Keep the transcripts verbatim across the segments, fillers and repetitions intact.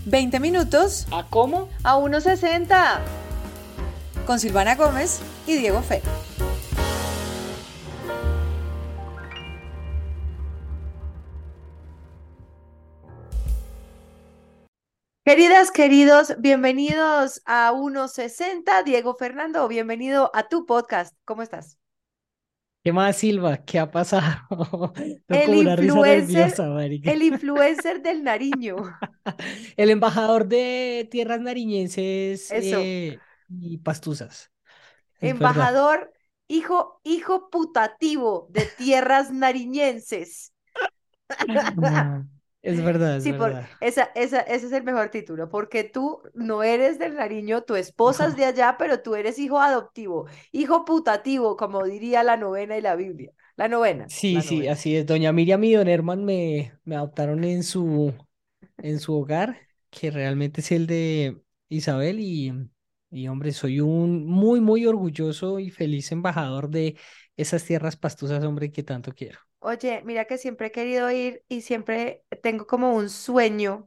veinte minutos ¿A cómo? A uno sesenta. con Silvana Gómez y Diego Fe. Queridas, queridos, bienvenidos a uno sesenta. Diego Fernando, bienvenido a tu podcast. ¿Cómo estás? ¿Qué más, Silva? ¿Qué ha pasado? Tengo El como una risa influencer, nerviosa, marica. el influencer del Nariño. El embajador de tierras nariñenses Eso. eh, y pastuzas. Es verdad. Embajador, hijo, hijo putativo de tierras nariñenses. Mm. Es verdad, es Sí, por, verdad. esa, esa, ese es el mejor título, porque tú no eres del Nariño, tu esposa es de allá, pero tú eres hijo adoptivo, hijo putativo, como diría la novena y la Biblia. La novena, Sí, la sí, novena. así es. Doña Miriam y Don Herman me, me adoptaron en su, en su hogar, que realmente es el de Isabel, y, y hombre, soy un muy, muy orgulloso y feliz embajador de esas tierras pastuzas, hombre, que tanto quiero. Oye, mira que siempre he querido ir y siempre tengo como un sueño.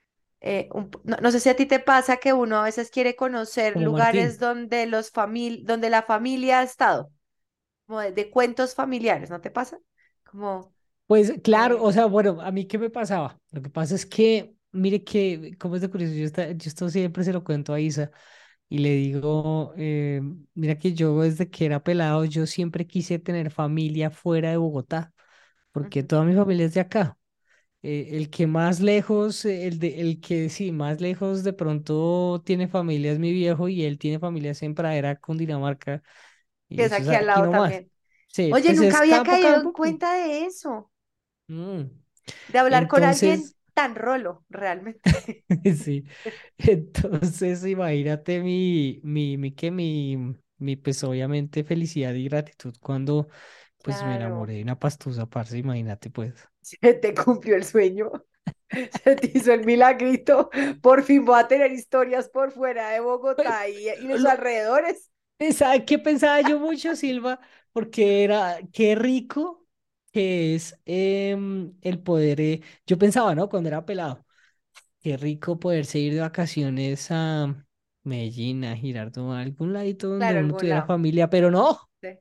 Eh, un po- no, no sé si a ti te pasa que uno a veces quiere conocer Como lugares Martín. donde los famil donde la familia ha estado, como de, de cuentos familiares, ¿no te pasa? Como, Pues claro, eh, o sea, bueno, a mí qué me pasaba. Lo que pasa es que, mire que, como es de curioso, yo, esta- yo esto siempre se lo cuento a Isa y le digo, eh, mira que yo desde que era pelado, yo siempre quise tener familia fuera de Bogotá, porque ujú, toda mi familia es de acá. Eh, el que más lejos, eh, el de, el que sí, más lejos de pronto tiene familia es mi viejo y él tiene familias en Pradera, Cundinamarca, y que es eso es aquí al aquí lado nomás. también. Sí, Oye, pues nunca es había campo, caído en campo. Pues, cuenta de eso, mm. de hablar con alguien Entonces, tan rolo, realmente. sí, entonces imagínate mi, mi, mi, que mi, mi, pues obviamente felicidad y gratitud cuando pues me Claro, enamoré de una pastusa, parce, imagínate pues. se te cumplió el sueño, se te hizo el milagrito. Por fin voy a tener historias por fuera de Pues, Bogotá y, y los lo, alrededores. ¿sabe qué pensaba yo mucho, Silva? Porque era, qué rico que es em, el poder, eh, yo pensaba, ¿no? Cuando era pelado, qué rico poderse ir de vacaciones a Medellín, a Girardot, a algún ladito donde Claro, uno algún tuviera lado. familia, pero no. Sí,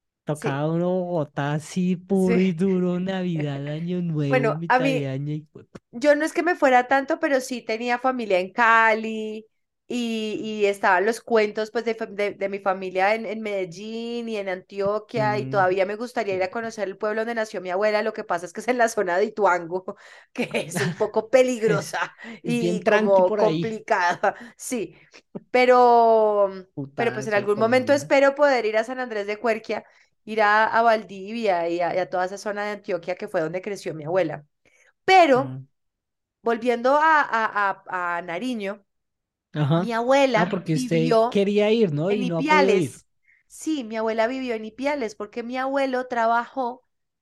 sí. Tocaba uno Bogotá así puro y Sí. duro, Navidad, Año Nuevo, Bueno, a mitad de mí, año y... yo no es que me fuera tanto, pero sí tenía familia en Cali y, y estaban los cuentos pues de, fa- de, de mi familia en, en Medellín y en Antioquia y Mm, todavía me gustaría ir a conocer el pueblo donde nació mi abuela. Lo que pasa es que es en la zona de Ituango, que es un poco es, peligrosa es bien y tranqui como por ahí. complicada, sí, pero, pero pues en Putazo de algún momento Colombia. espero poder ir a San Andrés de Cuerquia, ir a, a Valdivia y a, y a toda esa zona de Antioquia que fue donde creció mi abuela. Pero Mm, volviendo a, a, a, a Nariño, mi ajá. Ah, abuela porque usted vivió quería ir, ¿no? en Y no ha podido ir. Ipiales. Sí, mi abuela vivió en Ipiales porque mi abuelo trabajó,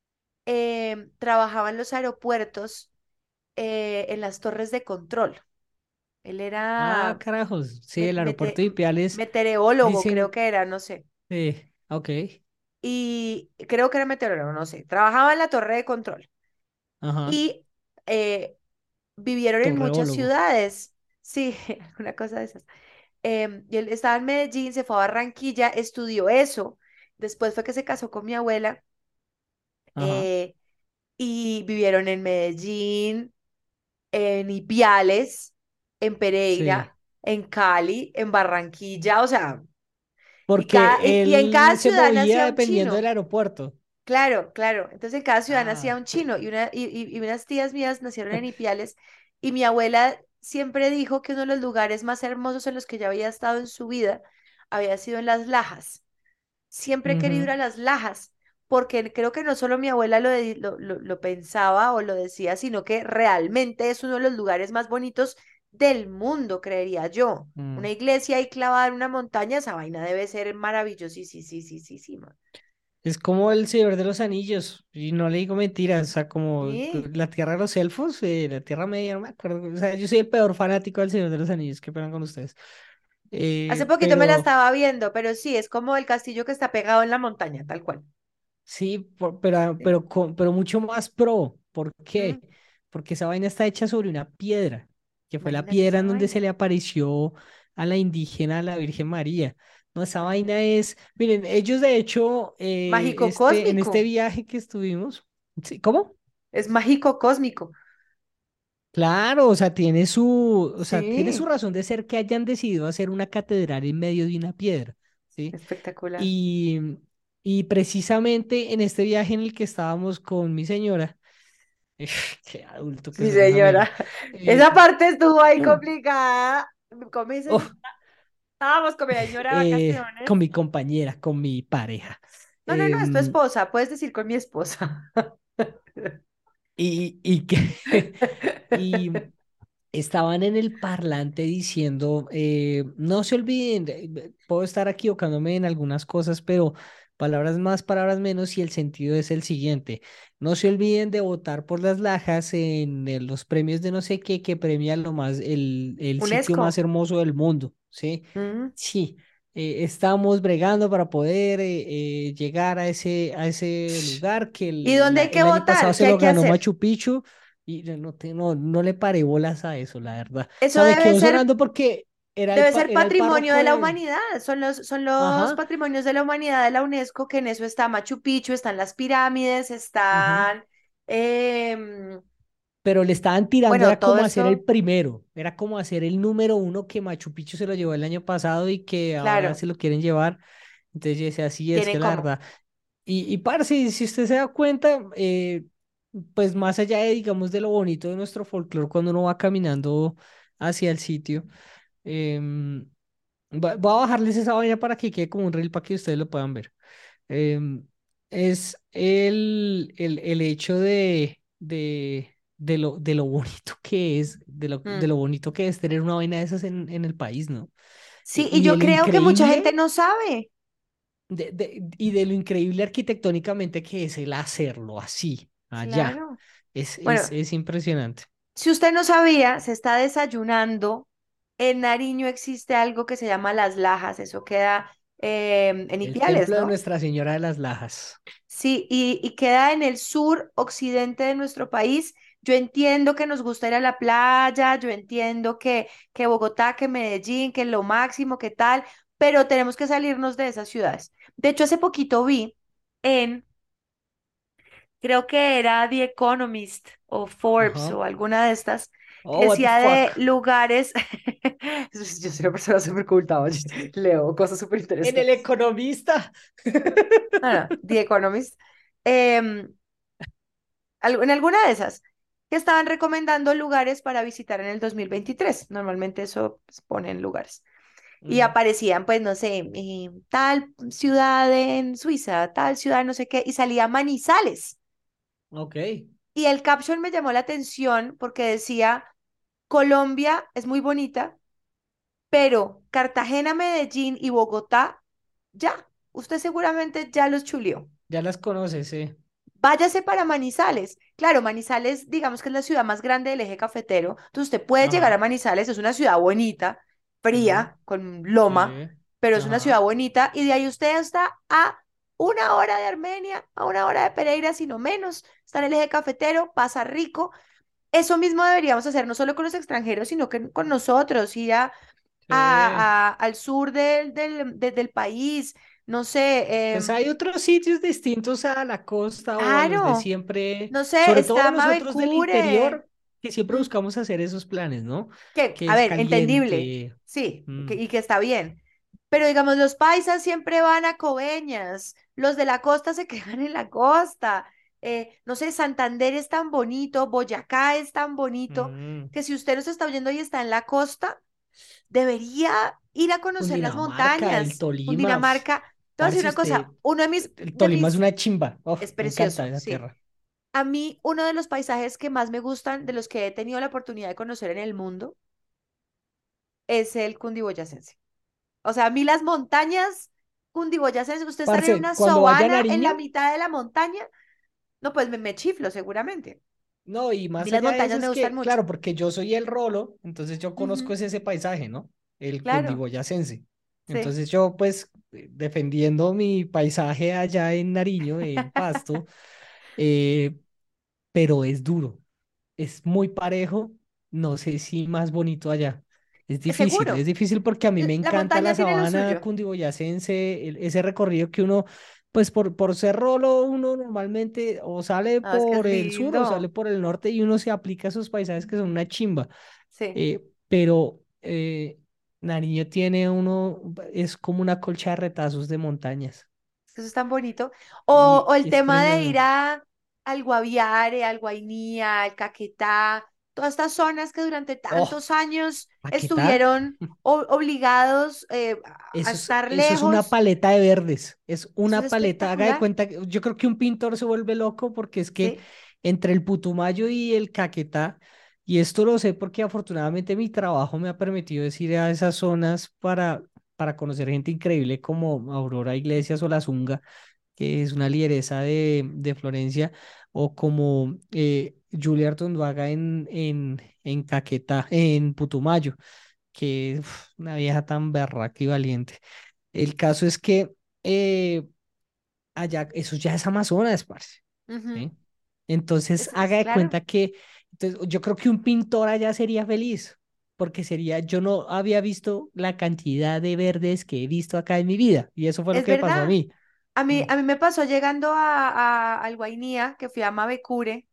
eh, trabajaba en los aeropuertos, eh, en las torres de control. Él Ah, era carajos. Sí, met- el aeropuerto mete- de Ipiales, meteorólogo, creo dicen... que era, no sé. Eh, ok. Y creo que era meteorólogo, no sé. Trabajaba en la torre de control. Ajá. Y eh, vivieron en muchas Torreólogo. ciudades. Sí, una cosa de esas. Em, y él estaba en Medellín, se fue a Barranquilla, estudió eso. Después fue que se casó con mi abuela, Ajá. eh, y vivieron en Medellín, en Ipiales, en Sí. Pereira, en Cali, en Barranquilla, o sea, y, cada, y, Porque y en cada él se ciudad movía nacía un dependiendo del chino. aeropuerto. Claro, claro. Entonces en cada ciudad nacía Ah. un chino y, una, y, y- y unas tías mías nacieron en Ipiales y mi abuela siempre dijo que uno de los lugares más hermosos en los que ella había estado en su vida había sido en Las Lajas. Siempre he querido ir Ujú. a Las Lajas porque creo que no solo mi abuela lo, de- lo, lo, lo pensaba o lo decía, sino que realmente es uno de los lugares más bonitos del mundo, creería yo. Una Mm. iglesia ahí clavada en una montaña, esa vaina debe ser maravillosísima. Es como el Señor de los Anillos, y no le digo mentiras, o sea, como Sí. la Tierra de los Elfos, eh, la Tierra Media, no me acuerdo, o sea, yo soy el peor fanático del Señor de los Anillos, qué pena con ustedes. Hace Eh, poquito me la pero estaba viendo, pero sí, es como el castillo que está pegado en la montaña, tal cual. sí, por- pero, Sí. pero, con- pero mucho más pro, ¿por qué? Mm, Porque esa vaina está hecha sobre una piedra, que fue la Imagínate piedra esa en donde se vaina. le apareció a la indígena, la Virgen María. No, esa vaina es, miren, ellos de hecho, eh, Mágico este, en este cósmico. viaje que estuvimos, ¿sí? ¿Cómo? Es mágico cósmico. Claro, o sea, tiene su, o sea, tiene su Sí, razón de ser que hayan decidido hacer una catedral en medio de una piedra, ¿sí? espectacular. Y, y precisamente en este viaje en el que estábamos con mi señora, qué adulto que Mi soy, esa señora. mierda. eh, Esa parte estuvo ahí complicada. Con mi señora. oh, Estábamos con mi señora de eh, vacaciones. con mi compañera, con mi pareja. No, no, no, es tu Em, esposa. Puedes decir con mi esposa. y, y que y estaban en el parlante diciendo, eh, no se olviden, de- de- puedo estar equivocándome en algunas cosas, pero palabras más, palabras menos, y el sentido es el siguiente. No se olviden de votar por las lajas en, eh, los premios de no sé qué, que premia lo más, el, el sitio más UNESCO. hermoso del mundo, ¿sí? Mm. Sí. Eh, estamos bregando para poder eh, eh, llegar a ese, a ese lugar que ¿Y el, dónde la- hay que el año pasado votar? ¿Qué se hay lo que ganó hacer? Machu Picchu y no, no, te- no, no le paré bolas a eso, la verdad. O Eso sea, me debe quedó ser, sonando porque era el, debe pa- ser era el patrimonio párroco de la de... humanidad. Son los, son los Ajá, patrimonios de la humanidad de la UNESCO, que en eso está Machu Picchu, están las pirámides, ujú. están, em, Pero le estaban tirando, bueno, era todo como hacer el esto, primero, era como hacer el número uno que Machu Picchu se lo llevó el año pasado y que ahora claro, se lo quieren llevar. Entonces yo decía, así es tienen que la como. verdad. Y, y parce, si usted se da cuenta, eh, pues más allá de, digamos, de lo bonito de nuestro folclore cuando uno va caminando hacia el sitio, em, va- voy a bajarles esa vaina para que quede como un reel para que ustedes lo puedan ver. Em, es el, el, el hecho de, de, de lo, de lo bonito que es, de lo, de Mm. lo bonito que es tener una vaina de esas en, en el país, ¿no? Sí, Y, y y de yo lo creo que mucha gente increíble, no sabe. de, de- y de lo increíble arquitectónicamente que es el hacerlo así, allá. Claro. Es, es, Bueno, es impresionante. si usted no sabía, se está desayunando. En Nariño existe algo que se llama Las Lajas, eso queda em, en El Ipiales, templo de ¿no? Nuestra Señora de las Lajas. Sí, y, y queda en el sur occidente de nuestro país. Yo entiendo que nos gusta ir a la playa, yo entiendo que, que Bogotá, que Medellín, que lo máximo, que tal, pero tenemos que salirnos de esas ciudades. De hecho, hace poquito vi en, creo que era The Economist o Forbes Ajá. o alguna de estas, que Oh, what the decía de fuck. lugares. Yo soy una persona súper culta, oye, leo cosas súper En El interesantes. Economista. No, no, The Economist. Em, al- en alguna de esas, que estaban recomendando lugares para visitar en el dos mil veintitrés. Normalmente eso pues, ponen lugares. Y Ujú. aparecían, pues, no sé, eh, tal ciudad en Suiza, tal ciudad, no sé qué, y salía Manizales. Ok. Y el caption me llamó la atención porque decía, Colombia es muy bonita, pero Cartagena, Medellín y Bogotá, ya, usted seguramente ya los chulió. Ya las conoces, eh. Váyase para Manizales. Claro, Manizales, digamos que es la ciudad más grande del eje cafetero. Entonces usted puede llegar a Ajá. Manizales, es una ciudad bonita, Ujú. fría, con loma, Sí. pero es una ciudad Ajá. bonita. Y de ahí usted está a una hora de Armenia, a una hora de Pereira, si no menos. Está en el eje cafetero, pasa rico. Eso mismo deberíamos hacer, no solo con los extranjeros, sino que con nosotros, ir a, Sí. a- a- al sur del, del, de- del país, no sé. Pues hay em, otros sitios distintos a la costa o a los de claro, siempre, no sé, sobre todo está nosotros del Mavecure. interior, que siempre Mm, buscamos hacer esos planes, ¿no? que, Que a es ver, entendible, caliente. sí, que- Mm, y que está bien. Pero digamos, los paisas siempre van a Coveñas, los de la costa se quedan en la costa. Eh, no sé, Santander es tan bonito, Boyacá es tan bonito, mm. que si usted nos está oyendo y está en la costa, debería ir a conocer las Cundinamarca, el montañas. Tolima. Pf, Cundinamarca, te voy a decir parce, una usted, cosa, uno de mis, el de Tolima es mis, una chimba. Uf, es me encanta precioso, esa sí. tierra. A mí, uno de los paisajes que más me gustan, de los que he tenido la oportunidad de conocer en el mundo, es el cundiboyacense. O sea, a mí las montañas cundiboyacenses, usted estar en Parce, una cuando vaya a sabana en la Nariño, mitad de la montaña, no, pues me, me chiflo seguramente. no, y A mí más las allá de eso montañas me es gustan que, mucho. claro, porque yo soy el rolo, entonces yo conozco Ujú, ese, ese paisaje, ¿no? El claro, cundiboyacense. sí. Entonces yo, pues, eh, defendiendo mi paisaje allá en Nariño, en Pasto, eh, pero es duro, es muy parejo no sé si más bonito allá. Es Es difícil, es seguro. difícil porque a mí me L- La encanta montaña la tiene lo sabana suyo. cundiboyacense, el- ese recorrido que uno, pues por, por ser rolo, uno normalmente o sale No, es que es por el sur o sale lindo. por el norte y uno se aplica a esos paisajes que son una chimba. Sí. Eh, pero eh, Nariño tiene uno, es como una colcha de retazos de montañas Es que eso es tan bonito. O, y, o el y es tema de ir precioso. a, al Guaviare, al Guainía, al Caquetá, todas estas zonas que durante Oh, tantos años Paquetá. estuvieron o- obligados eh, a a Eso es, estar eso es una lejos. paleta de verdes, es Eso es una paleta, haga de espectacular. cuenta, que- yo creo que un pintor se vuelve loco porque es que Sí, entre el Putumayo y el Caquetá, y esto lo sé porque afortunadamente mi trabajo me ha permitido es ir a esas zonas para, para conocer gente increíble como Aurora Iglesias o La Zunga, que es una lideresa de, de Florencia, o como eh, Julia Artonduaga en, en, en Caquetá, en Putumayo, que es una vieja tan berraca y valiente. El caso es que eh, allá, eso ya es Amazonas, parce, ujú. ¿sí? Entonces, Es, es haga de claro. cuenta que, entonces, yo creo que un pintor allá sería feliz, porque sería, yo no había visto la cantidad de verdes que he visto acá en mi vida, y eso fue lo Es que me pasó a verdad. mí. A mí, Mm. a mí me pasó llegando a, a- al Guainía, que fui a Mavecure,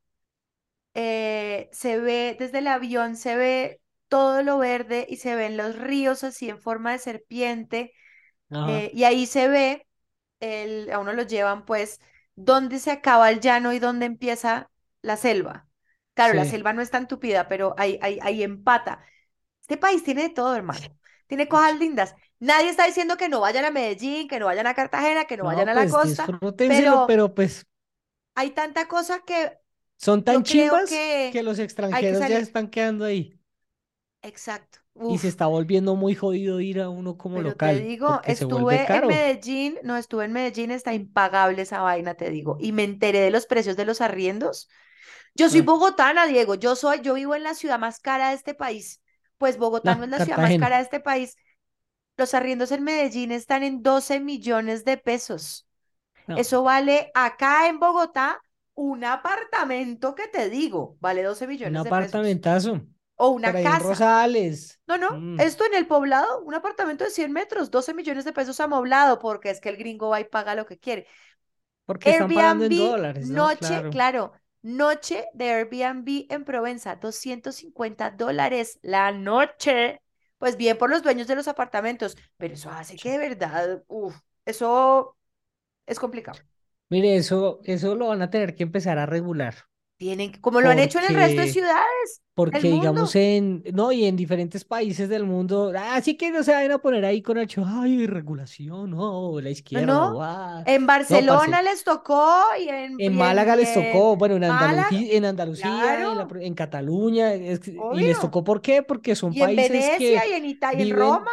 eh, se ve desde el avión, se ve todo lo verde y se ven los ríos así en forma de serpiente, Ajá, eh, y ahí se ve, el, a uno lo llevan pues dónde se acaba el llano y dónde empieza la selva. Claro, la sí. selva no es tan tupida, pero ahí, ahí, ahí empata. Este país tiene de todo, hermano. Tiene cosas lindas. Nadie está diciendo que no vayan a Medellín, que no vayan a Cartagena, que no vayan No, a la pues costa, disfrútenselo, pero pero pues hay tanta cosa que son tan yo creo chimbas que que los hay que extranjeros ya salir. están quedando ahí. Exacto. Y se Uf. está volviendo muy jodido ir a uno como Pero te local, digo, porque se vuelve estuve en caro. Medellín, no estuve en Medellín, está impagable esa vaina, te digo, y me enteré de los precios de los arriendos. Yo soy Ah, bogotana, Diego, yo soy, yo vivo en la ciudad más cara de este país. Pues Bogotá no no, es la ciudad más Cartagena, cara de este país. Los arriendos en Medellín están en doce millones de pesos. no, Eso vale acá en Bogotá un apartamento que te digo, vale doce un millones de pesos. apartamentazo O por una ahí en casa. Rosales. No, no, Mm, esto en el poblado, un apartamento de cien metros, doce millones de pesos amoblado, porque es que el gringo va y paga lo que quiere. porque están pagando en Airbnb, dólares, ¿no? noche, Claro. claro, noche de Airbnb en Provenza, doscientos cincuenta dólares la noche. Pues bien por los dueños de los apartamentos, pero eso hace que de verdad, uff, eso es complicado. Mire, eso, eso lo van a tener que empezar a regular, Tienen, que- como lo han hecho en el resto de porque ciudades del porque digamos mundo. en, no, y en diferentes países del mundo, así que no se vayan a poner ahí con el hecho, ay, regulación, no, la No, izquierda, no. guau. En No, parce, Barcelona les tocó y en, en y en, Málaga y les en tocó, bueno, en Málaga, Andalucía, en Andalucía, en la, claro, pro- en Cataluña, es que- y les obvio. tocó, ¿por qué? Porque son Y en países Venecia que y en Italia y en Roma. viven.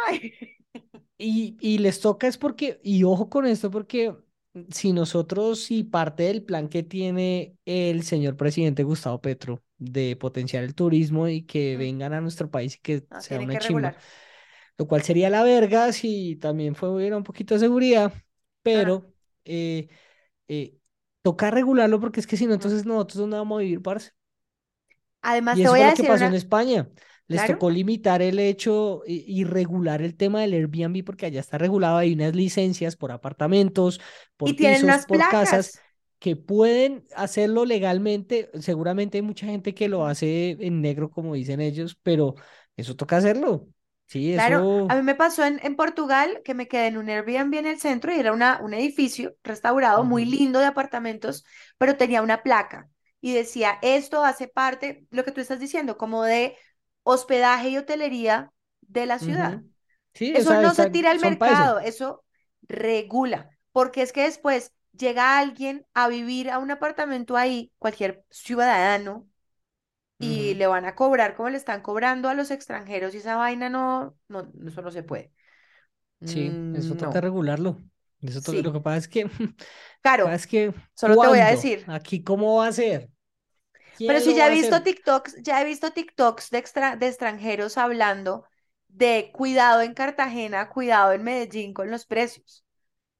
Y, y les toca es porque, y ojo con esto, porque si nosotros, si parte del plan que tiene el señor presidente Gustavo Petro de potenciar el turismo y que Mm, vengan a nuestro país y que no, sea tienen una que chimba, regular. lo cual sería la verga si también fue hubiera un poquito de seguridad, Ah, pero eh, eh, toca regularlo porque es que si no, mm. entonces nosotros dónde vamos a vivir, parce. Además, Y te eso voy fue a lo que decir pasó en una, España. Les claro, tocó limitar el hecho y, y regular el tema del Airbnb porque allá está regulado. Hay unas licencias por apartamentos, y por tienen pisos, unas por casas placas. que pueden hacerlo legalmente. Seguramente hay mucha gente que lo Ujú. hace en negro, como dicen ellos, pero eso toca hacerlo. Sí, Claro, a eso. mí me pasó en, en Portugal que me quedé en un Airbnb en el centro y era una, un edificio restaurado muy Ujú, lindo de apartamentos, pero tenía una placa y decía, esto hace parte, lo que tú estás diciendo, como de hospedaje y hotelería de la ciudad. ujú. Sí, o Eso sea, no se está- tira al son para eso. mercado, eso regula, porque es que después llega alguien a vivir a un apartamento ahí, cualquier ciudadano, y Ujú. le van a cobrar como le están cobrando a los extranjeros y esa vaina no, no, eso no se puede. Sí, eso Mm, toca no, regularlo. Eso toca- Lo sí, que pasa es que, lo que pasa claro, es que, solo te voy a ¿cuándo? decir. Aquí, ¿cómo va a ser? Pero ¿Quién sí lo ya va he a visto hacer? TikToks, ya he visto TikToks de, extra, de extranjeros hablando de cuidado en Cartagena, cuidado en Medellín con los precios,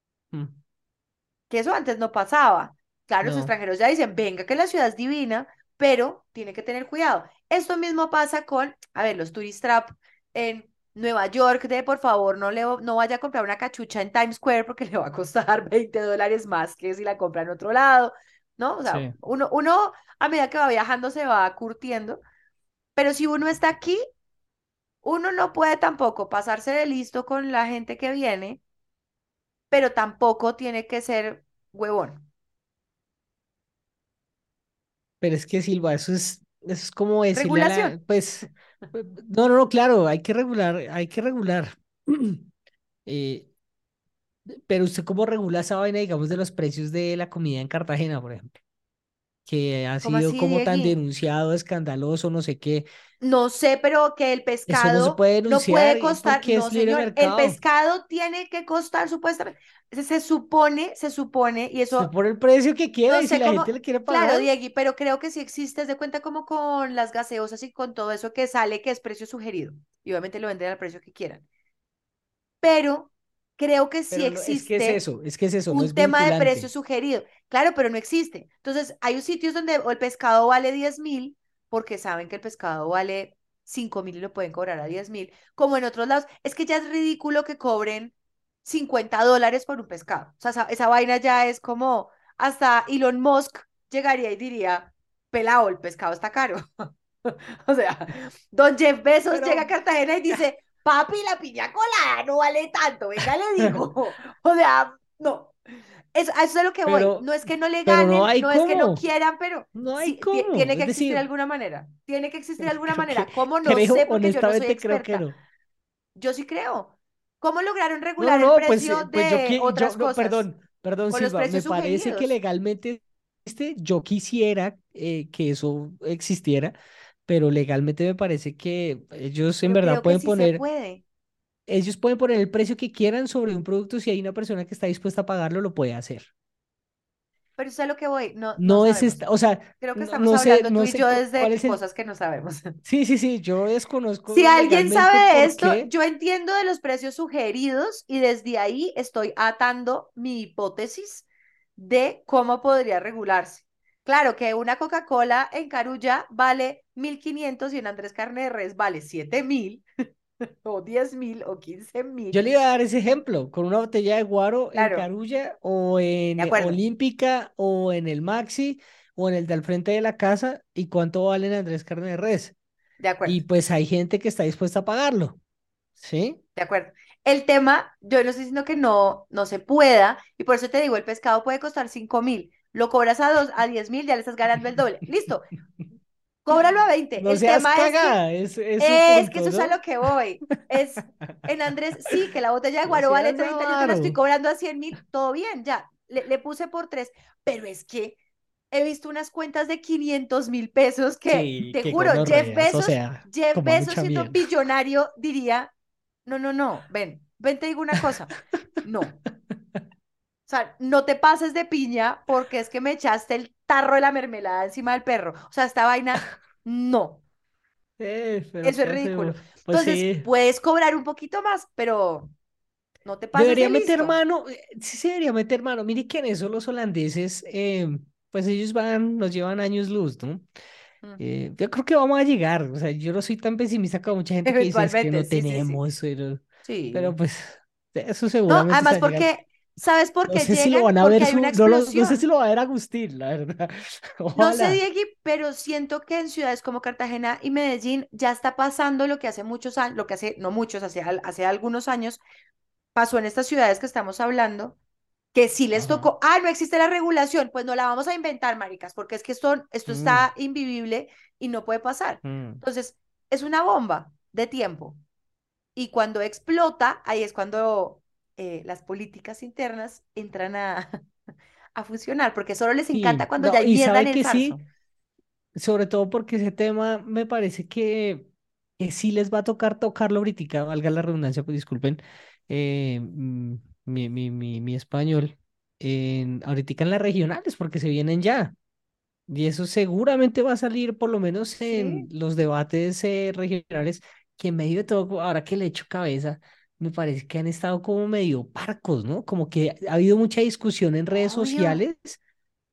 Mm, que eso antes no pasaba. Claro, los no, extranjeros ya dicen, venga que la ciudad es divina, pero tiene que tener cuidado. Esto mismo pasa con, a ver, los tourist trap en Nueva York, de por favor no, le, no vaya a comprar una cachucha en Times Square porque le va a costar veinte dólares más que si la compra en otro lado, ¿no? O sea, Sí. uno, uno a medida que va viajando se va curtiendo, pero si uno está aquí, uno no puede tampoco pasarse de listo con la gente que viene, pero tampoco tiene que ser huevón. Pero es que Silva, eso es, eso es como decirle a Regulación. la, pues, eh, no, no, no, claro, hay que regular, hay que regular. Eh, pero usted cómo regula esa vaina, digamos, de los precios de la comida en Cartagena, por ejemplo, que ha ¿Cómo sido así, como tan Diegui? denunciado, escandaloso, no sé qué. No sé, pero que el Eso no se pescado puede no denunciar puede y- costar, porque no, es libre señor, el mercado. pescado tiene que costar supuestamente, se, se supone, se supone, y Usted eso pone el precio que quiera no y si sé la cómo, gente le quiere claro, pagar, Diegui, pero creo que sí existe, haz de cuenta como con las gaseosas y con todo eso que sale, que es precio sugerido, y obviamente lo venden al precio que quieran, pero creo que sí pero no, es que es existe eso, es que es eso, no un es tema de precio vinculante. sugerido. Claro, pero no existe. Entonces, hay sitios donde o el pescado vale diez mil porque saben que el pescado vale cinco mil y lo pueden cobrar a diez mil, como en otros lados. Es que ya es ridículo que cobren cincuenta dólares por un pescado. O sea, esa, esa vaina ya es como, hasta Elon Musk llegaría y diría, pelado, el pescado está caro. O sea, don Jeff Bezos llega a Pero, Cartagena y dice, papi, la piña colada no vale tanto, venga, le digo. O sea, no. Eso, a eso es a lo que voy. pero, No es que no le pero no ganen, hay no es que no cómo, quieran, pero no hay sí, ti- tiene cómo. que Es existir de decir, alguna manera. Tiene que existir de alguna creo que, manera. ¿Cómo? No creo, sé, porque yo no soy honestamente creo que experta. no. Yo sí creo. ¿Cómo lograron No, no, regular el no, pues, precio eh, pues yo, de qui- yo, otras no, cosas? perdón, perdón, Con los Silva, me precios parece que sugeridos. legalmente, este, yo quisiera eh, que eso existiera, pero legalmente me parece que ellos en Pero verdad creo que pueden sí se poner, puede. ellos pueden poner el precio que quieran sobre un producto, si hay una persona que está dispuesta a pagarlo, lo puede hacer. Pero eso es a lo que voy. No, no No es sabemos. esta, o sea, Creo que no, estamos no sé, hablando tú no y sé yo cu- cuál desde es el, cosas que no sabemos. sí, sí, sí, yo Si desconozco alguien sabe legalmente de por esto, qué. yo entiendo de los precios sugeridos y desde ahí estoy atando mi hipótesis de cómo podría regularse. Claro que una Coca-Cola en Carulla vale mil quinientos y en Andrés Carne de Res vale siete mil o diez mil o quince Yo mil. le iba a dar ese ejemplo, con una botella de guaro en Claro, Carulla o de en eh, acuerdo, Olímpica o en el Maxi o en el del frente de la casa y cuánto valen Andrés Carne de Res. de acuerdo. Y pues hay gente que está dispuesta a pagarlo, ¿sí? De acuerdo. El tema, yo no estoy diciendo que no, no se pueda, y por eso te digo, el pescado puede costar cinco mil, lo cobras a, dos, a diez mil, ya le estás ganando el doble. Listo, cóbralo a veinte. No El seas tema es que, cagada, es, es su es que punto, eso es a ¿no? lo que voy. Es, en Andrés, sí, que la botella de No guaro vale seas treinta, yo te la estoy avaro. cobrando a cien mil, todo bien, ya, le, le puse por tres, pero es que he visto unas cuentas de quinientos mil pesos que, Sí, te qué juro, Jeff gonorreas, o Bezos, sea, Jeff como Bezos mucha siendo mierda. billonario diría, no, no, no, ven, ven, te digo una cosa, no. O sea, no te pases de piña porque es que me echaste el tarro de la mermelada encima del perro. O sea, esta vaina, no. Eh, pero Eso es ¿qué ridículo. hacemos? Pues Entonces, sí. puedes cobrar un poquito más, pero no te pases Debería de meter listo. mano, eh, sí se debería meter mano. Mire que en eso los holandeses, eh, pues ellos van, nos llevan años luz, ¿no? Mm. Eh, yo creo que vamos a llegar, o sea, yo no soy tan pesimista como mucha gente que dice es que Eventualmente, no sí, sí, sí. tenemos, pero, pero Sí. pues eso No, seguramente se además va a llegar. porque, ¿sabes por No qué sé si lo llegan? van a Porque ver, hay una su, no, lo- no sé si explosión. lo va a ver Agustín, la verdad. No sé, Ojalá. Diegui, pero siento que en ciudades como Cartagena y Medellín ya está pasando lo que hace muchos años, lo que hace, no muchos, hace, al- hace algunos años pasó en estas ciudades que estamos hablando, que sí les Ajá. tocó, ah, no existe la regulación, pues no la vamos a inventar, maricas, porque es que esto, esto Mm, está invivible y no puede pasar. mm. Entonces, es una bomba de tiempo. Y cuando explota, ahí es cuando eh, las políticas internas entran a, a funcionar, porque solo les encanta Sí, cuando ya no, hay y mierda en sabe el que zarzo. sí. Sobre todo porque ese tema me parece que, que sí les va a tocar tocarlo ahorita, valga la redundancia, pues disculpen eh, mm, mi, mi, mi, mi español, en, ahorita en las regionales, porque se vienen ya. Y eso seguramente va a salir por lo menos en Sí, los debates eh, regionales, que en medio de todo, ahora que le echo cabeza, me parece que han estado como medio parcos, ¿no? Como que ha habido mucha discusión en redes obvio. sociales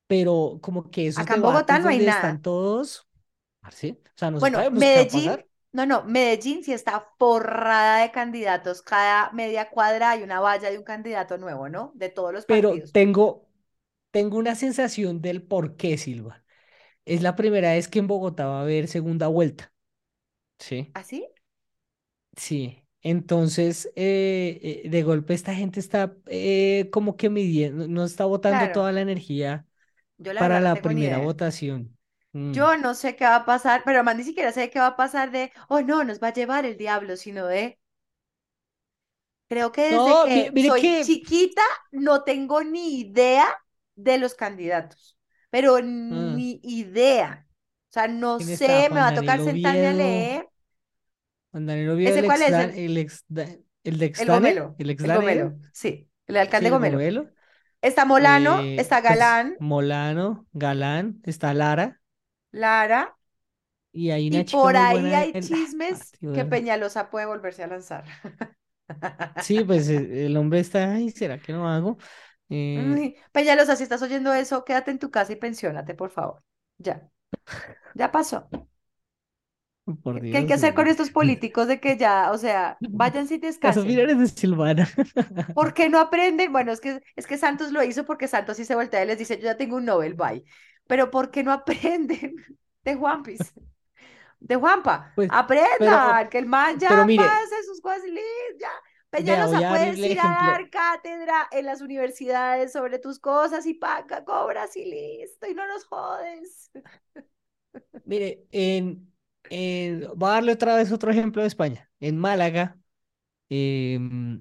pero como que esos Acá en Bogotá debates no hay donde están nada. todos, ¿sí? O sea, no Bueno, sabemos qué va a Medellín, pasar, no, no, Medellín sí está forrada de candidatos. Cada media cuadra hay una valla de un candidato nuevo, ¿no? De todos los pero partidos. tengo, tengo una sensación del por qué, Silva. Es la primera vez que en Bogotá va a haber segunda vuelta, ¿sí? ¿Así? Sí. Entonces, eh, eh, de golpe esta gente está eh, como que midiendo, no está botando Claro, toda la energía yo la para verdad no la tengo ni primera idea. votación. Mm. Yo no sé qué va a pasar, pero además ni siquiera sé qué va a pasar de, oh no, nos va a llevar el diablo, sino de, creo que desde No, mi- que mire soy que... chiquita no tengo ni idea de los candidatos, pero ah, ni idea. O sea, no ¿quién está? sé, me Juan va a tocar Daniel sentarme a Oviedo. leer. Juan Daniel Oviedo, ¿Ese el cuál ex, es? Dan- El, el ex, Da- el de el Exdane, Gomelo, el ex el Dane, Gomelo, sí, el sí, alcalde el Gomelo. Gomelo. Está Molano, Eh, está pues Galán, Molano, Galán, está Lara, Lara, y hay y una chica por muy ahí buena hay del ah, chismes Partido que Verde. Peñalosa puede volverse a lanzar. Sí, pues eh, el hombre está, ay, ¿será que no hago? Eh, Ay, Peñalosa, si estás oyendo eso, quédate en tu casa y pensiónate, por favor. Ya, ya pasó. por ¿Qué hay que Dios. hacer con eh, estos políticos de que ya, o sea, váyanse y Casos descansen? finales de Silvana. ¿Por qué no aprenden? Bueno, es que, es que Santos lo hizo porque Santos sí se voltea y les dice, yo ya tengo un Nobel, bye. Pero ¿por qué no aprenden de Juanpis? De Juanpa, Pues, pero, aprendan, que el man ya pero mire, pase sus cosas y listo, ya. vea, voy Peñalosa, a darle puedes el ir a ejemplo. dar cátedra en las universidades sobre tus cosas y paga, cobras y listo, y no nos jodes. Mire, en, en, voy a darle otra vez otro ejemplo de España. En Málaga, em,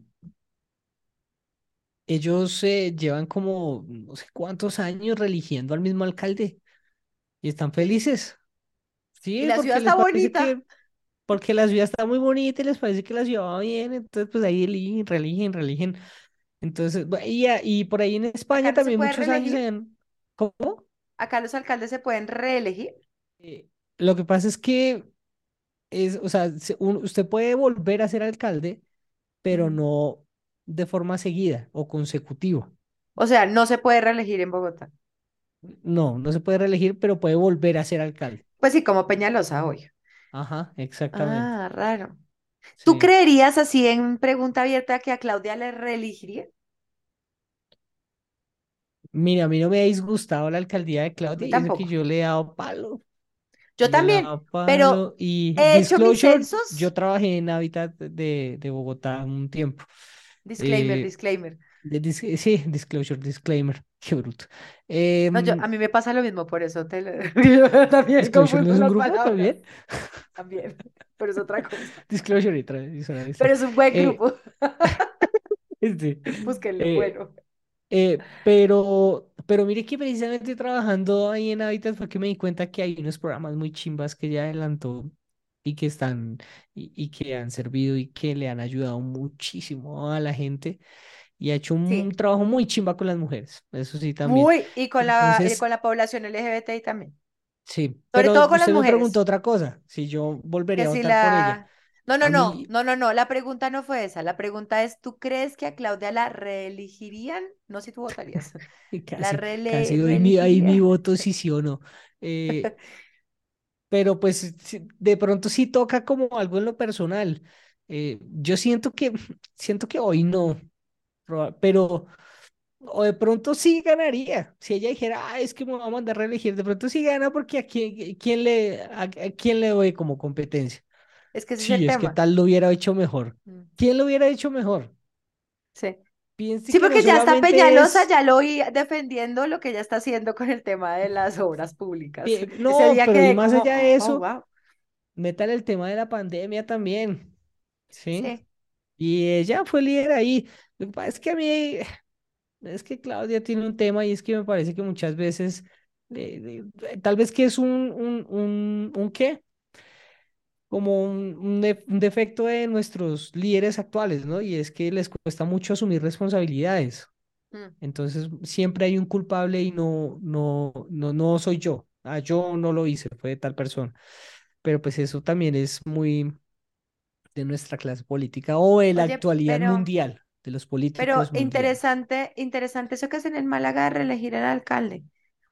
ellos eh, llevan como no sé cuántos años religiendo al mismo alcalde y están felices. Y Sí, la ciudad porque está les parece bonita. que, porque la ciudad está muy bonita y les parece que la ciudad va bien, entonces pues ahí eligen, religen, religen. Entonces, bu- y, a- y por ahí en Acá España no se también puede muchos años reelegir. en... ¿Cómo? Acá los alcaldes se pueden reelegir. Eh, lo que pasa es que es, o sea, se- un- usted puede volver a ser alcalde, pero Mm. no de forma seguida o consecutiva. O sea, no se puede reelegir en Bogotá. No, no se puede reelegir, pero puede volver a ser alcalde. Pues sí, como Peñalosa hoy. Ajá, exactamente. Ah, raro. ¿Tú Sí. creerías así en pregunta abierta que a Claudia le reelegiría? Mira, a mí no me ha disgustado la alcaldía de A mí Claudia y eso que tampoco. yo le he dado palo. Yo Yo le he también, dado pero palo y he hecho mis disclosure, yo censos. trabajé en Hábitat de, de Bogotá un tiempo. Disclaimer, Eh, disclaimer. de dis- sí, disclosure, disclaimer, qué bruto. No, yo, Em, a mí me pasa lo mismo, por eso te lo- yo también disclosure no confundo es un las grupo palabras. también. También, pero es otra cosa. Disclosure y tradicionalista. Pero es un buen Eh, grupo. este, Búsquenlo, eh, bueno. eh, pero, pero mire que precisamente trabajando ahí en Habitat fue que me di cuenta que hay unos programas muy chimbas que ya adelantó y que están y, y que han servido y que le han ayudado muchísimo a la gente y ha hecho un Sí, trabajo muy chimba con las mujeres, eso sí también. muy, y con la, y Entonces, con la población L G B T I también. sí, Sobre pero todo con las usted me preguntó mujeres. otra cosa, si yo Que volvería a si votar por ella. la... No, no, A no, mí, no, no, no. La pregunta no fue esa. La pregunta es, ¿tú crees que a Claudia la reelegirían? No si tú votarías. La casi, casi rele- doy mi, ahí mi reelegiría. voto, si sí o no. Eh, pero pues sí, de pronto sí toca como algo en lo personal. Eh, yo siento que, siento que hoy no, proba- pero o de pronto sí ganaría. Si ella dijera, ah, es que me va a mandar a reelegir, de pronto sí gana porque a quién, quién le, a, a quién le doy como competencia. Es que ese es el Sí, es que tema. tal lo hubiera hecho mejor. Mm, ¿Quién lo hubiera hecho mejor? sí. Piense Sí, que no porque ya está solamente Peñalosa, es, ya lo oí defendiendo lo que ella está haciendo con el tema de las obras públicas. pi- Ese no, día pero y quedé más como, allá de oh, eso, wow. métale el tema de la pandemia también, ¿sí? Sí, Y ella fue líder ahí. Lo que pasa es que a mí, es que Claudia tiene un tema y es que me parece que muchas veces, eh, eh, tal vez que es un, un, un, un qué, como un, un de- un defecto de nuestros líderes actuales, ¿no? Y es que les cuesta mucho asumir responsabilidades. mm, Entonces, siempre hay un culpable y no, no, no, no soy yo. Ah, yo no lo hice, fue tal persona. Pero pues eso también es muy de nuestra clase política o de la oye, actualidad pero, mundial, de los pero políticos mundiales. interesante, interesante eso que hacen en Málaga de reelegir al alcalde.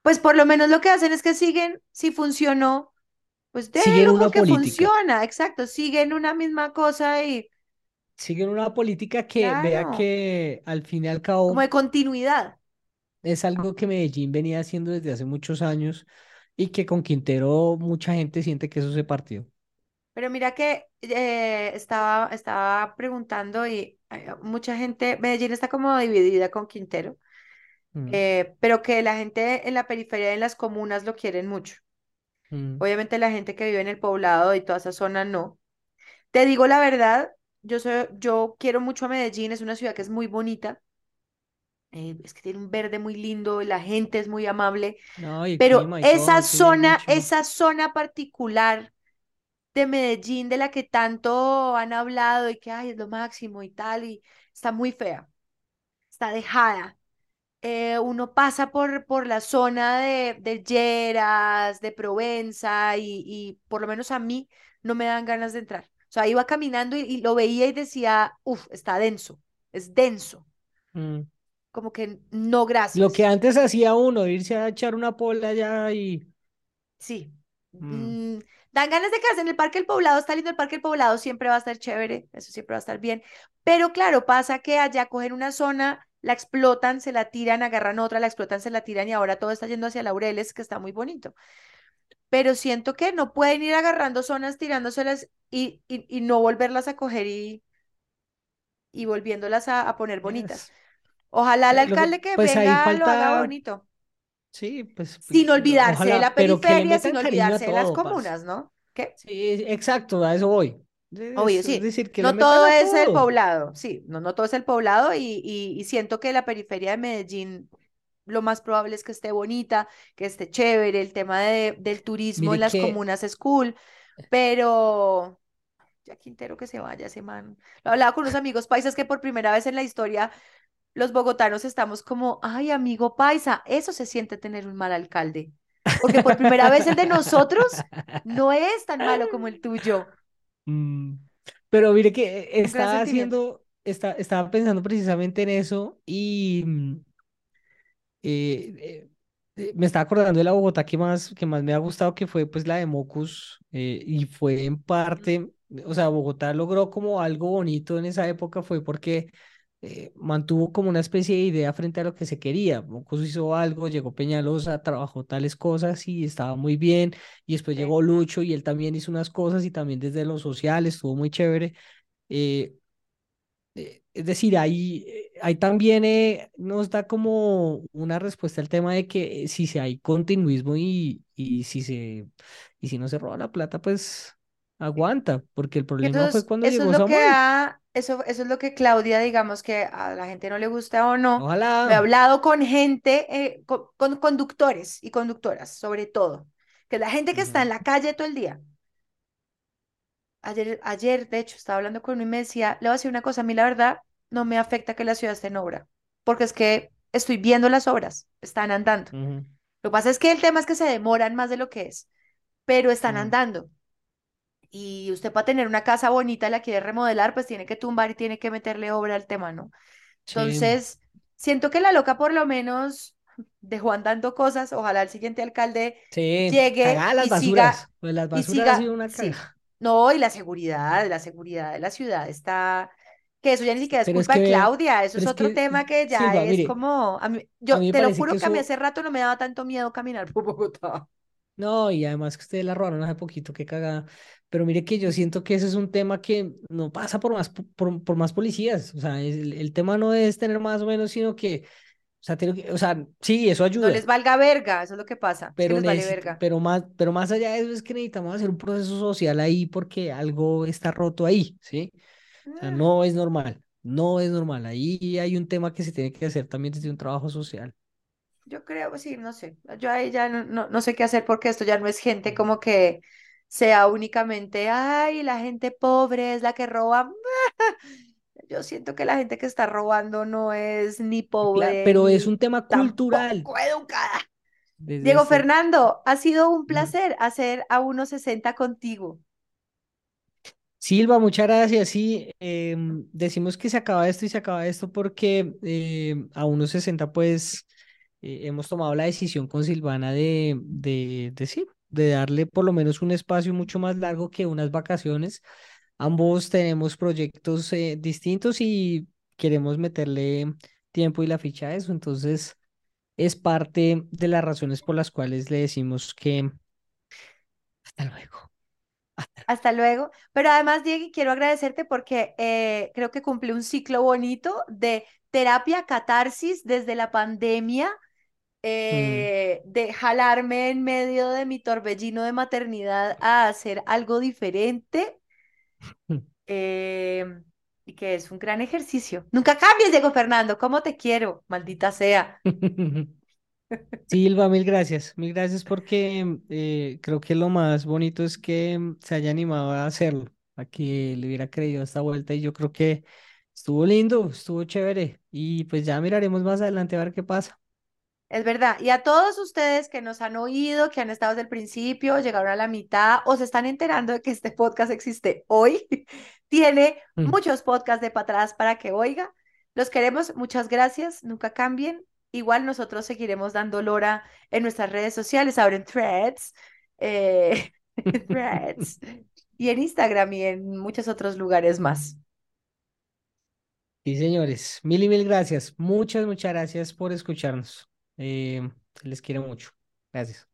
Pues por lo menos lo que hacen es que siguen, si funcionó, pues Siguen déjelo una porque política, funciona, exacto, siguen una misma cosa y siguen una política que vea claro, que al fin y al como cabo de continuidad. es algo que Medellín venía haciendo desde hace muchos años y que con Quintero mucha gente siente que eso se partió. Pero mira que eh, estaba, estaba preguntando y hay mucha gente, Medellín está como dividida con Quintero, Mm, eh, pero que la gente en la periferia, en las comunas lo quieren mucho. mm, Obviamente la gente que vive en el poblado y toda esa zona no. Te digo la verdad, yo soy, yo quiero mucho a Medellín, es una ciudad que es muy bonita, eh, es que tiene un verde muy lindo, y la gente es muy amable, no, y el pero clima y esa todo, sí, es muy zona, chimba. esa zona particular de Medellín de la que tanto han hablado y que ay, es lo máximo y tal, y está muy fea, está dejada. Eh, uno pasa por, por la zona de, de Lleras, de Provenza, y, y por lo menos a mí no me dan ganas de entrar. O sea, iba caminando y, y lo veía y decía, uff, está denso, es denso, Mm. como que no, Lo que gracias. antes hacía uno, irse a echar una pola allá y... Sí. mm, Mm, dan ganas de quedarse en el Parque del Poblado, está lindo el Parque del Poblado, siempre va a estar chévere, eso siempre va a estar bien. Pero claro, pasa que allá cogen una zona, la explotan, se la tiran, agarran otra, la explotan, se la tiran y ahora todo está yendo hacia Laureles, que está muy bonito. Pero siento que no pueden ir agarrando zonas, tirándoselas y, y, y no volverlas a coger y, y volviéndolas a, a poner bonitas. es- Ojalá el eh, lo que- alcalde que pues ahí venga lo haga falta, bonito, sí, pues, sin pues, olvidarse de ojalá, la pero que le periferia, metan sin cariño a olvidarse de las todo, parce. comunas, ¿no? ¿Qué? Sí, exacto, a eso voy. Obvio, Es, es sí. decir, que le No metan todo a es el todo. poblado, sí, no, no todo es el poblado y, y, y siento que la periferia de Medellín lo más probable es que esté bonita, que esté chévere, el tema de, del turismo en Mire las que, comunas es cool, pero ya Quintero que se vaya ese man. Lo hablaba con unos amigos paisas que por primera vez en la historia los bogotanos estamos como, ay, amigo paisa, eso se siente tener un mal alcalde, porque por primera vez el de nosotros no es tan malo como el tuyo, mm, pero mire que eh, un gran estaba sentimiento. haciendo, está, estaba pensando precisamente en eso y mm, eh, eh, eh, me estaba acordando de la Bogotá que más, que más me ha gustado, que fue pues la de Mocus, eh, y fue en parte, o sea, Bogotá logró como algo bonito en esa época, fue porque eh, mantuvo como una especie de idea frente a lo que se quería. Mocus hizo algo, llegó Peñalosa, trabajó tales cosas y estaba muy bien, y después Sí. llegó Lucho y él también hizo unas cosas y también desde lo social estuvo muy chévere. eh, eh, Es decir, ahí, eh, ahí también eh, nos da como una respuesta al tema de que eh, si se hay continuismo y, y si se y si no se roba la plata, pues aguanta, porque el Y problema fue entonces, cuando eso es llegó lo que Samuel. ha, eso, eso es lo que Claudia, digamos que a la gente no le gusta o no. Me he Ojalá. hablado con gente, eh, con, con conductores y conductoras, sobre todo, que es la gente que está Ujú, en la calle todo el día. Ayer, ayer, de hecho, estaba hablando con uno y me decía, le voy a decir una cosa, a mí la verdad no me afecta que la ciudad esté en obra, porque es que estoy viendo las obras, están andando. ujú, Lo que pasa es que el tema es que se demoran más de lo que es, pero están mm. andando. Y usted para tener una casa bonita, la quiere remodelar, pues tiene que tumbar y tiene que meterle obra al tema, ¿no? Sí, Entonces, siento que la loca por lo menos dejó andando cosas. Ojalá el siguiente alcalde sí, llegue cagada las y siga, basuras. Pues las y basuras ha sido siga, una sí. caga. No, y la seguridad, la seguridad de la ciudad está, que eso ya ni siquiera es Pero es culpa que de vea, Claudia, eso pero es es otro que, tema que ya Silva, es mire, como, a mí, a yo mí me te lo parece que juro que a mí eso. hace rato no me daba tanto miedo caminar por Bogotá. No, y además que ustedes la robaron hace poquito, qué cagada. Pero mire que yo siento que ese es un tema que no pasa por más, po- por, por más policías. O sea, es- el, el tema no es tener más o menos, sino que, o sea, tiene que- o sea, sí, eso No les ayuda, valga verga, eso es lo que pasa, es que pero les vale necesito, verga. pero más, pero más allá de eso es que necesitamos hacer un proceso social ahí porque algo está roto ahí, ¿sí? O sea, Ah, no es normal, no es normal. Ahí hay un tema que se tiene que hacer también desde un trabajo social. yo creo, sí, no sé. Yo ahí ya no, no, no sé qué hacer porque esto ya no es gente Mm. como que sea únicamente, ay, la gente pobre es la que roba. Yo siento que la gente que está robando no es ni Cla- pobre Pero es un ni tema cultural. tampoco educada. Desde Diego este, Fernando, ha sido un Ujú. placer hacer a uno sesenta contigo. Silva, muchas gracias. Sí, em, decimos que se acaba esto y se acaba esto porque em, a uno sesenta pues eh, hemos tomado la decisión con Silvana de, de, de sí, de darle por lo menos un espacio mucho más largo que unas vacaciones. Ambos tenemos proyectos eh, distintos y queremos meterle tiempo y la ficha a eso. Entonces, es parte de las razones por las cuales le decimos que hasta luego. Hasta Hasta luego. Pero además, Diego, quiero agradecerte porque eh, creo que cumplí un ciclo bonito de terapia catarsis desde la pandemia, luego. eh, de jalarme en medio de mi torbellino de maternidad a hacer algo diferente, Mm. eh, y que es un gran ejercicio. Nunca cambies, Diego Fernando, ¿cómo te quiero? Maldita sea. Silva, mil gracias, mil gracias porque eh, creo que lo más bonito es que mm, se haya animado a hacerlo, a que le hubiera creído esta vuelta y yo creo que estuvo lindo, estuvo chévere y pues ya miraremos más adelante a ver qué pasa. Es verdad. Y a todos ustedes que nos han oído, que han estado desde el principio, llegaron a la mitad o se están enterando de que este podcast existe hoy, tiene Mm. muchos podcasts de para atrás para que oiga. Los queremos, muchas gracias, nunca cambien. Igual nosotros seguiremos dando lora en nuestras redes sociales, ahora en Threads, eh, Threads, y en Instagram y en muchos otros lugares más. Sí, señores, mil y mil gracias, muchas, muchas gracias por escucharnos. Eh, se les quiere mucho. Gracias.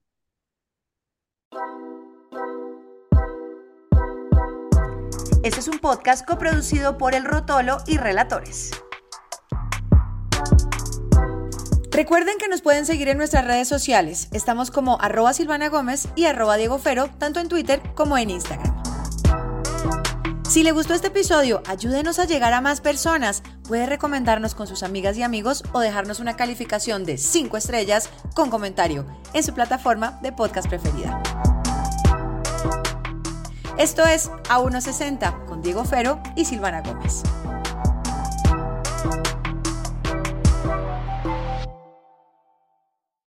Este es un podcast coproducido por El Rotolo y Relatores. Recuerden que nos pueden seguir en nuestras redes sociales. Estamos como arroba Silvana Gómez y arroba Diego Fero, tanto en Twitter como en Instagram. Si le gustó este episodio, ayúdenos a llegar a más personas. Puede recomendarnos con sus amigas y amigos o dejarnos una calificación de cinco estrellas con comentario en su plataforma de podcast preferida. Esto es A uno sesenta con Diego Fero y Silvana Gómez.